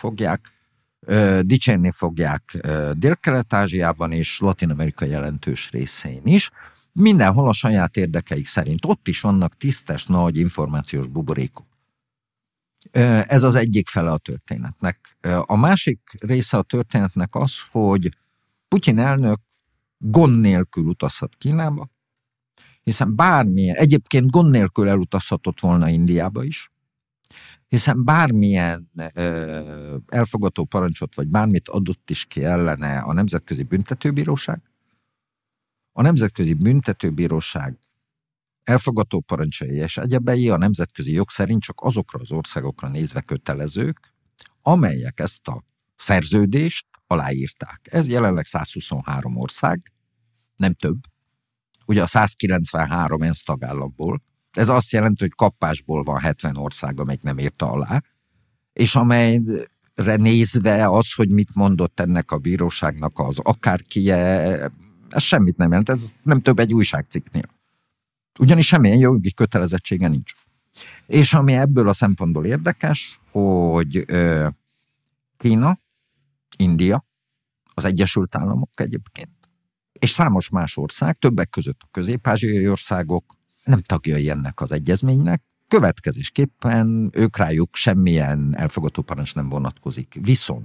fogják Dél-Kelet-Ázsiában és Latin-Amerika jelentős részén is. Mindenhol a saját érdekeik szerint. Ott is vannak tisztes, nagy információs buborékok. Ez az egyik fele a történetnek. A másik része a történetnek az, hogy Putyin elnök gond nélkül utazhat Kínába, hiszen egyébként gond nélkül elutazhatott volna Indiába is, hiszen bármilyen elfogadó parancsot, vagy bármit adott is ki ellene a Nemzetközi Büntetőbíróság. A Nemzetközi Büntetőbíróság elfogadó parancsai és egyebei a nemzetközi jog szerint csak azokra az országokra nézve kötelezők, amelyek ezt a szerződést aláírták. Ez jelenleg 123 ország, nem több. Ugye a 193 ENSZ tagállamból. Ez azt jelenti, hogy kapásból van 70 ország, amelyik nem írta alá. és amelyre nézve az, hogy mit mondott ennek a bíróságnak az akárkie, ez semmit nem jelent, ez nem több egy újságcikknél. Ugyanis semmilyen jogi kötelezettsége nincs. És ami ebből a szempontból érdekes, hogy Kína, India, az Egyesült Államok egyébként, és számos más ország, többek között a közép-ázsiai országok nem tagjai ennek az egyezménynek, következésképpen ők rájuk semmilyen elfogadó parancs nem vonatkozik. Viszont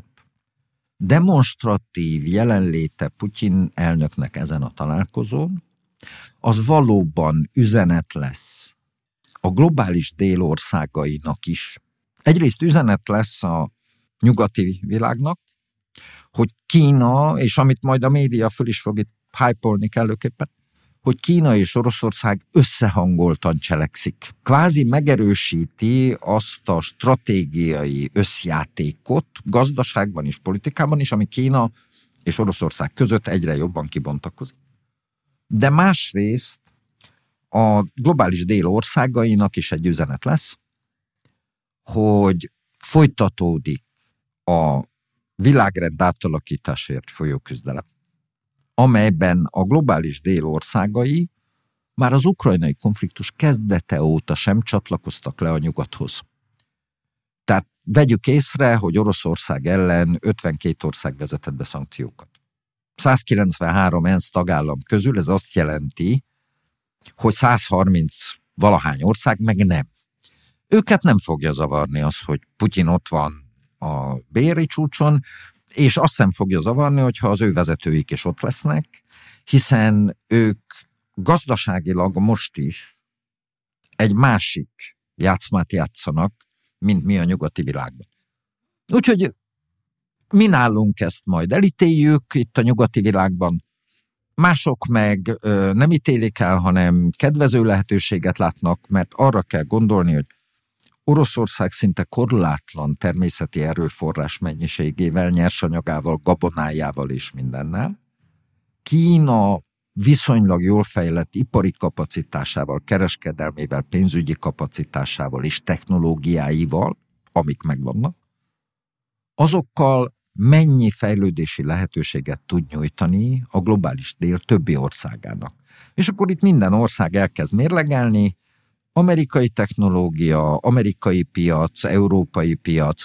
demonstratív jelenléte Putyin elnöknek ezen a találkozón, az valóban üzenet lesz a globális dél országainak is. Egyrészt üzenet lesz a nyugati világnak, hogy Kína, és amit majd a média föl is fog itt hype-olni kellőképpen, hogy Kína és Oroszország összehangoltan cselekszik. Kvázi megerősíti azt a stratégiai összjátékot gazdaságban és politikában is, ami Kína és Oroszország között egyre jobban kibontakozik. De másrészt a globális dél országainak is egy üzenet lesz, hogy folytatódik a világrend átalakításért folyó küzdelem, amelyben a globális dél országai már az ukrajnai konfliktus kezdete óta sem csatlakoztak le a nyugathoz. Tehát vegyük észre, hogy Oroszország ellen 52 ország vezetett be szankciókat. 193 ENSZ tagállam közül ez azt jelenti, hogy 130 valahány ország meg nem. Őket nem fogja zavarni az, hogy Putyin ott van a béri csúcson, és azt sem fogja zavarni, hogyha az ő vezetőik is ott lesznek, hiszen ők gazdaságilag most is egy másik játszmát játszanak, mint mi a nyugati világban. Úgyhogy mi nálunk ezt majd elítéljük itt a nyugati világban, mások meg nem ítélik el, hanem kedvező lehetőséget látnak, mert arra kell gondolni, hogy Oroszország szinte korlátlan természeti erőforrás mennyiségével, nyersanyagával, gabonájával és mindennel. Kína viszonylag jól fejlett ipari kapacitásával, kereskedelmével, pénzügyi kapacitásával és technológiáival, amik megvannak, azokkal mennyi fejlődési lehetőséget tud nyújtani a globális dél többi országának. És akkor itt minden ország elkezd mérlegelni, amerikai technológia, amerikai piac, európai piac,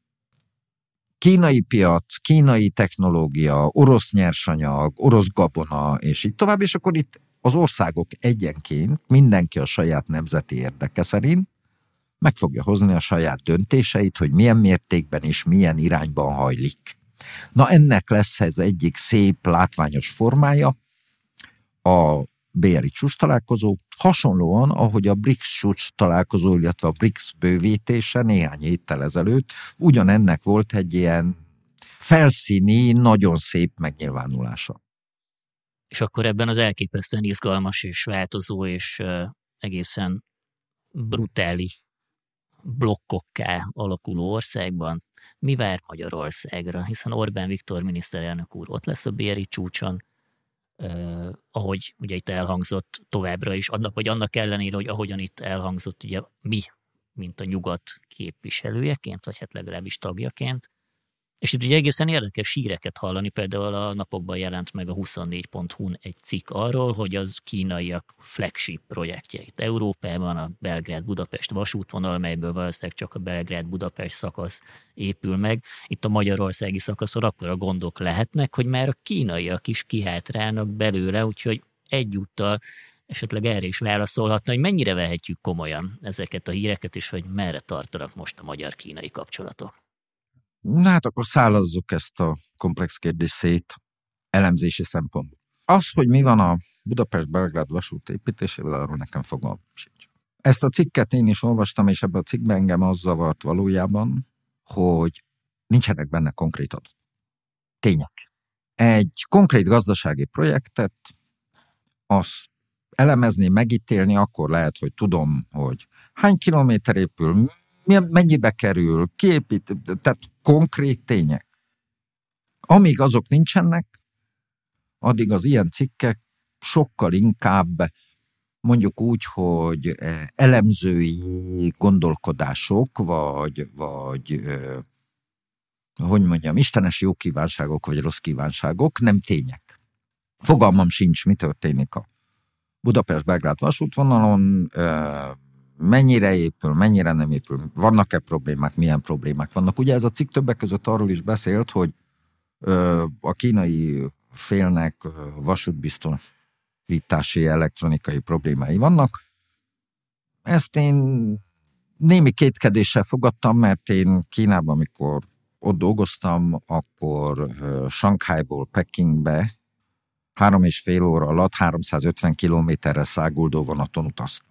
kínai piac, kínai technológia, orosz nyersanyag, orosz gabona, és így tovább, és akkor itt az országok egyenként, mindenki a saját nemzeti érdeke szerint meg fogja hozni a saját döntéseit, hogy milyen mértékben és milyen irányban hajlik. Na ennek lesz ez egyik szép, látványos formája, a BRI csúcs találkozó, hasonlóan, ahogy a BRICS csúcs találkozó, illetve a BRICS bővítése néhány héttel ezelőtt, ugyanennek volt egy ilyen felszíni, nagyon szép megnyilvánulása. És akkor ebben az elképesztően izgalmas és változó és egészen brutális blokkokká alakuló országban mi vár Magyarországra? Hiszen Orbán Viktor miniszterelnök úr ott lesz a BRI csúcson, ahogy ugye itt elhangzott továbbra is, annak ellenére, hogy ahogyan itt elhangzott, ugye mi, mint a nyugat képviselőjeként, vagy hát legalábbis tagjaként. És itt ugye egészen érdekes híreket hallani, például a napokban jelent meg a 24.hu-n egy cikk arról, hogy az kínaiak flagship projektje itt Európában, a Belgrád-Budapest vasútvonal, melyből valószínűleg csak a Belgrád-Budapest szakasz épül meg. Itt a magyarországi szakaszon akkor a gondok lehetnek, hogy már a kínaiak is kihátrálnak belőle, úgyhogy egyúttal esetleg erre is válaszolhatna, hogy mennyire vehetjük komolyan ezeket a híreket, és hogy merre tartanak most a magyar-kínai kapcsolatok. Na hát akkor szállazzuk ezt a komplex kérdést szét elemzési szempontból. Az, hogy mi van a Budapest-Belgrád vasút építésével, arról nekem fogalmam sincs. Ezt a cikket én is olvastam, és ebben a cikkben engem az zavart valójában, hogy nincsenek benne konkrét adatok. Tények. Egy konkrét gazdasági projektet, azt elemezni, megítélni, akkor lehet, hogy tudom, hogy hány kilométer épül, mennyibe kerül, kiépít, tehát konkrét tények. Amíg azok nincsenek, addig az ilyen cikkek sokkal inkább mondjuk úgy, hogy elemzői gondolkodások, vagy hogy mondjam, istenes jó kívánságok, vagy rossz kívánságok, nem tények. Fogalmam sincs, mi történik a Budapest-Belgrád vasútvonalon, mennyire épül, mennyire nem épül, vannak-e problémák, milyen problémák vannak. Ugye ez a cikk többek között arról is beszélt, hogy a kínai félnek vasútbiztosítási elektronikai problémái vannak. Ezt én némi kétkedéssel fogadtam, mert én Kínában, amikor ott dolgoztam, akkor Sanghajból Pekingbe 3,5 óra alatt 350 kilométerre száguldó vonaton utaztam.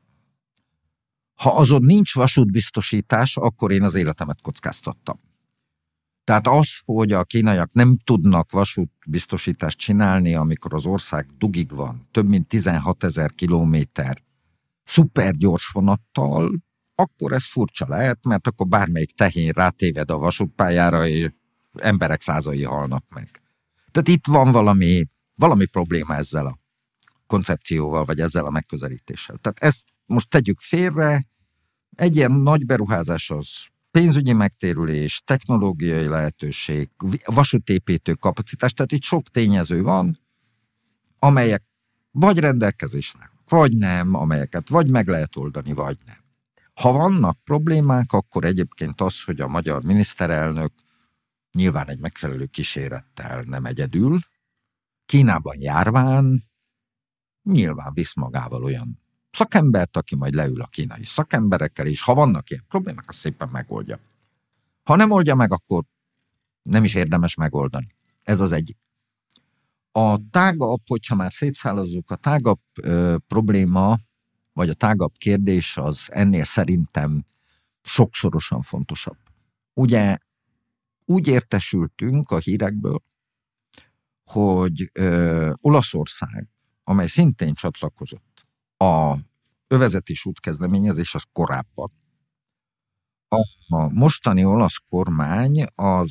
Ha azon nincs vasútbiztosítás, akkor én az életemet kockáztattam. Tehát az, hogy a kínaiak nem tudnak vasútbiztosítást csinálni, amikor az ország dugig van, több mint 16 000 kilométer szupergyors vonattal, akkor ez furcsa lehet, mert akkor bármelyik tehén rátéved a vasútpályára, és emberek százai halnak meg. Tehát itt van valami probléma ezzel a koncepcióval, vagy ezzel a megközelítéssel. Tehát ezt most tegyük félre, egy ilyen nagy beruházás az pénzügyi megtérülés, technológiai lehetőség, vasútépítő kapacitás, tehát itt sok tényező van, amelyek vagy rendelkezésre, vagy nem, amelyeket vagy meg lehet oldani, vagy nem. Ha vannak problémák, akkor egyébként az, hogy a magyar miniszterelnök nyilván egy megfelelő kísérettel nem egyedül, Kínában járván nyilván visz magával olyan szakembert, aki majd leül a kínai szakemberekkel, és ha vannak ilyen problémák, azt szépen megoldja. Ha nem oldja meg, akkor nem is érdemes megoldani. Ez az egyik. A tágabb, hogyha már szétszállazzuk, a tágabb probléma, vagy a tágabb kérdés az ennél szerintem sokszorosan fontosabb. Ugye úgy értesültünk a hírekből, hogy Olaszország, amely szintén csatlakozott a övezetés útkezdeményezés, az korábban. A mostani olasz kormány az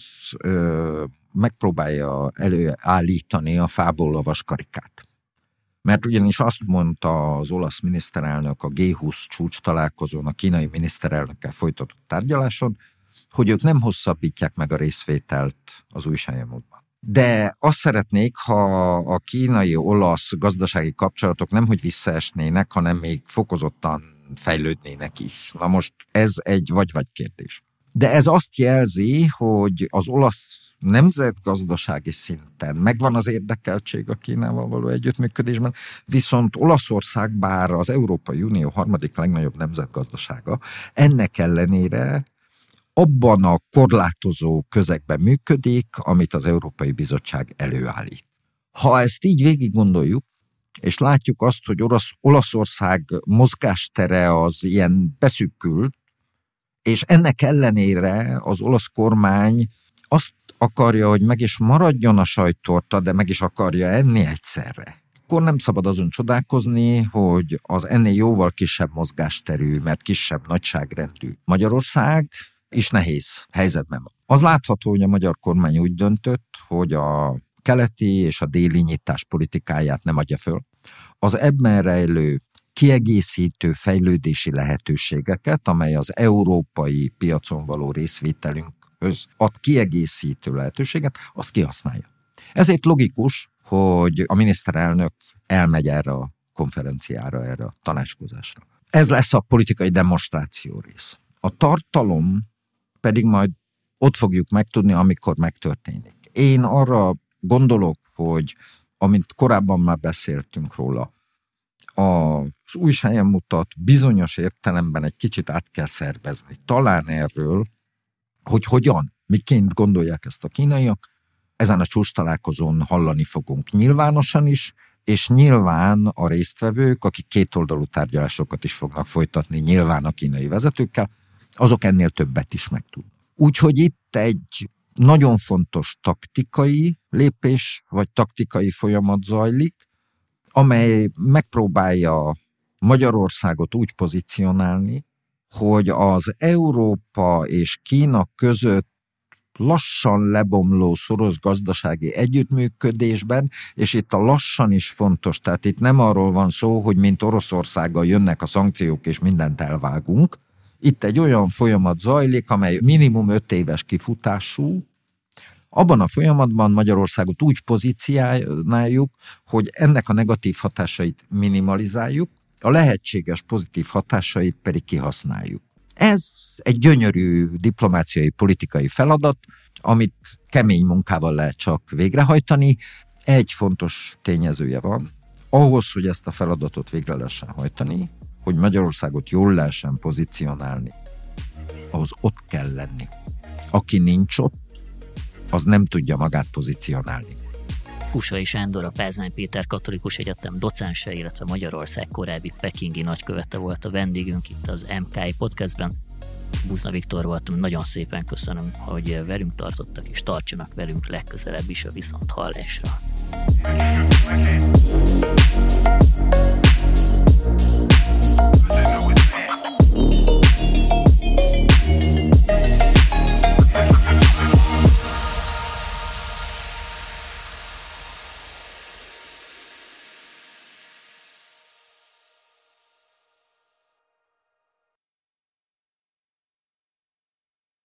megpróbálja előállítani a fából a vaskarikát. Mert ugyanis azt mondta az olasz miniszterelnök a G20 csúcs találkozón, a kínai miniszterelnökkel folytatott tárgyaláson, hogy ők nem hosszabbítják meg a részvételt az új Selyemútban. De azt szeretnék, ha a kínai-olasz gazdasági kapcsolatok nemhogy visszaesnének, hanem még fokozottan fejlődnének is. Na most ez egy vagy-vagy kérdés. De ez azt jelzi, hogy az olasz nemzetgazdasági szinten megvan az érdekeltség a Kínával való együttműködésben, viszont Olaszország, bár az Európai Unió harmadik legnagyobb nemzetgazdasága, ennek ellenére abban a korlátozó közegben működik, amit az Európai Bizottság előállít. Ha ezt így végig gondoljuk, és látjuk azt, hogy Olaszország mozgástere az ilyen beszűkült, és ennek ellenére az olasz kormány azt akarja, hogy meg is maradjon a sajttorta, de meg is akarja enni egyszerre. Akkor nem szabad azon csodálkozni, hogy az ennél jóval kisebb mozgásterű, mert kisebb nagyságrendű Magyarország is nehéz helyzetben van. Az látható, hogy a magyar kormány úgy döntött, hogy a keleti és a déli nyitás politikáját nem adja föl. Az ebben rejlő kiegészítő fejlődési lehetőségeket, amely az európai piacon való részvételünkhöz ad kiegészítő lehetőséget, azt kihasználja. Ezért logikus, hogy a miniszterelnök elmegy erre a konferenciára, erre a tanácskozásra. Ez lesz a politikai demonstráció rész. A tartalom pedig majd ott fogjuk megtudni, amikor megtörténik. Én arra gondolok, hogy amint korábban már beszéltünk róla, az új Selyemútat bizonyos értelemben egy kicsit át kell szervezni. Talán erről, hogy hogyan, miként gondolják ezt a kínaiak, ezen a csúcs találkozón hallani fogunk nyilvánosan is, és nyilván a résztvevők, akik kétoldalú tárgyalásokat is fognak folytatni nyilván a kínai vezetőkkel, azok ennél többet is megtudnak. Úgyhogy itt egy nagyon fontos taktikai lépés, vagy taktikai folyamat zajlik, amely megpróbálja Magyarországot úgy pozícionálni, hogy az Európa és Kína között lassan lebomló szoros gazdasági együttműködésben, és itt a lassan is fontos, tehát itt nem arról van szó, hogy mint Oroszországgal jönnek a szankciók, és mindent elvágunk. Itt egy olyan folyamat zajlik, amely minimum 5 éves kifutású. Abban a folyamatban Magyarországot úgy pozícionáljuk, hogy ennek a negatív hatásait minimalizáljuk, a lehetséges pozitív hatásait pedig kihasználjuk. Ez egy gyönyörű diplomáciai, politikai feladat, amit kemény munkával lehet csak végrehajtani. Egy fontos tényezője van. Ahhoz, hogy ezt a feladatot végre lehessen hajtani, hogy Magyarországot jól lehessen pozícionálni, ahhoz ott kell lenni. Aki nincs ott, az nem tudja magát pozícionálni. Kussai Sándor, a Pázmány Péter Katolikus Egyetem docense, illetve Magyarország korábbi pekingi nagykövete volt a vendégünk itt az MKI Podcastben. Buzna Viktor voltam, nagyon szépen köszönöm, hogy velünk tartottak, és tartsanak velünk legközelebb is a viszonthallásra.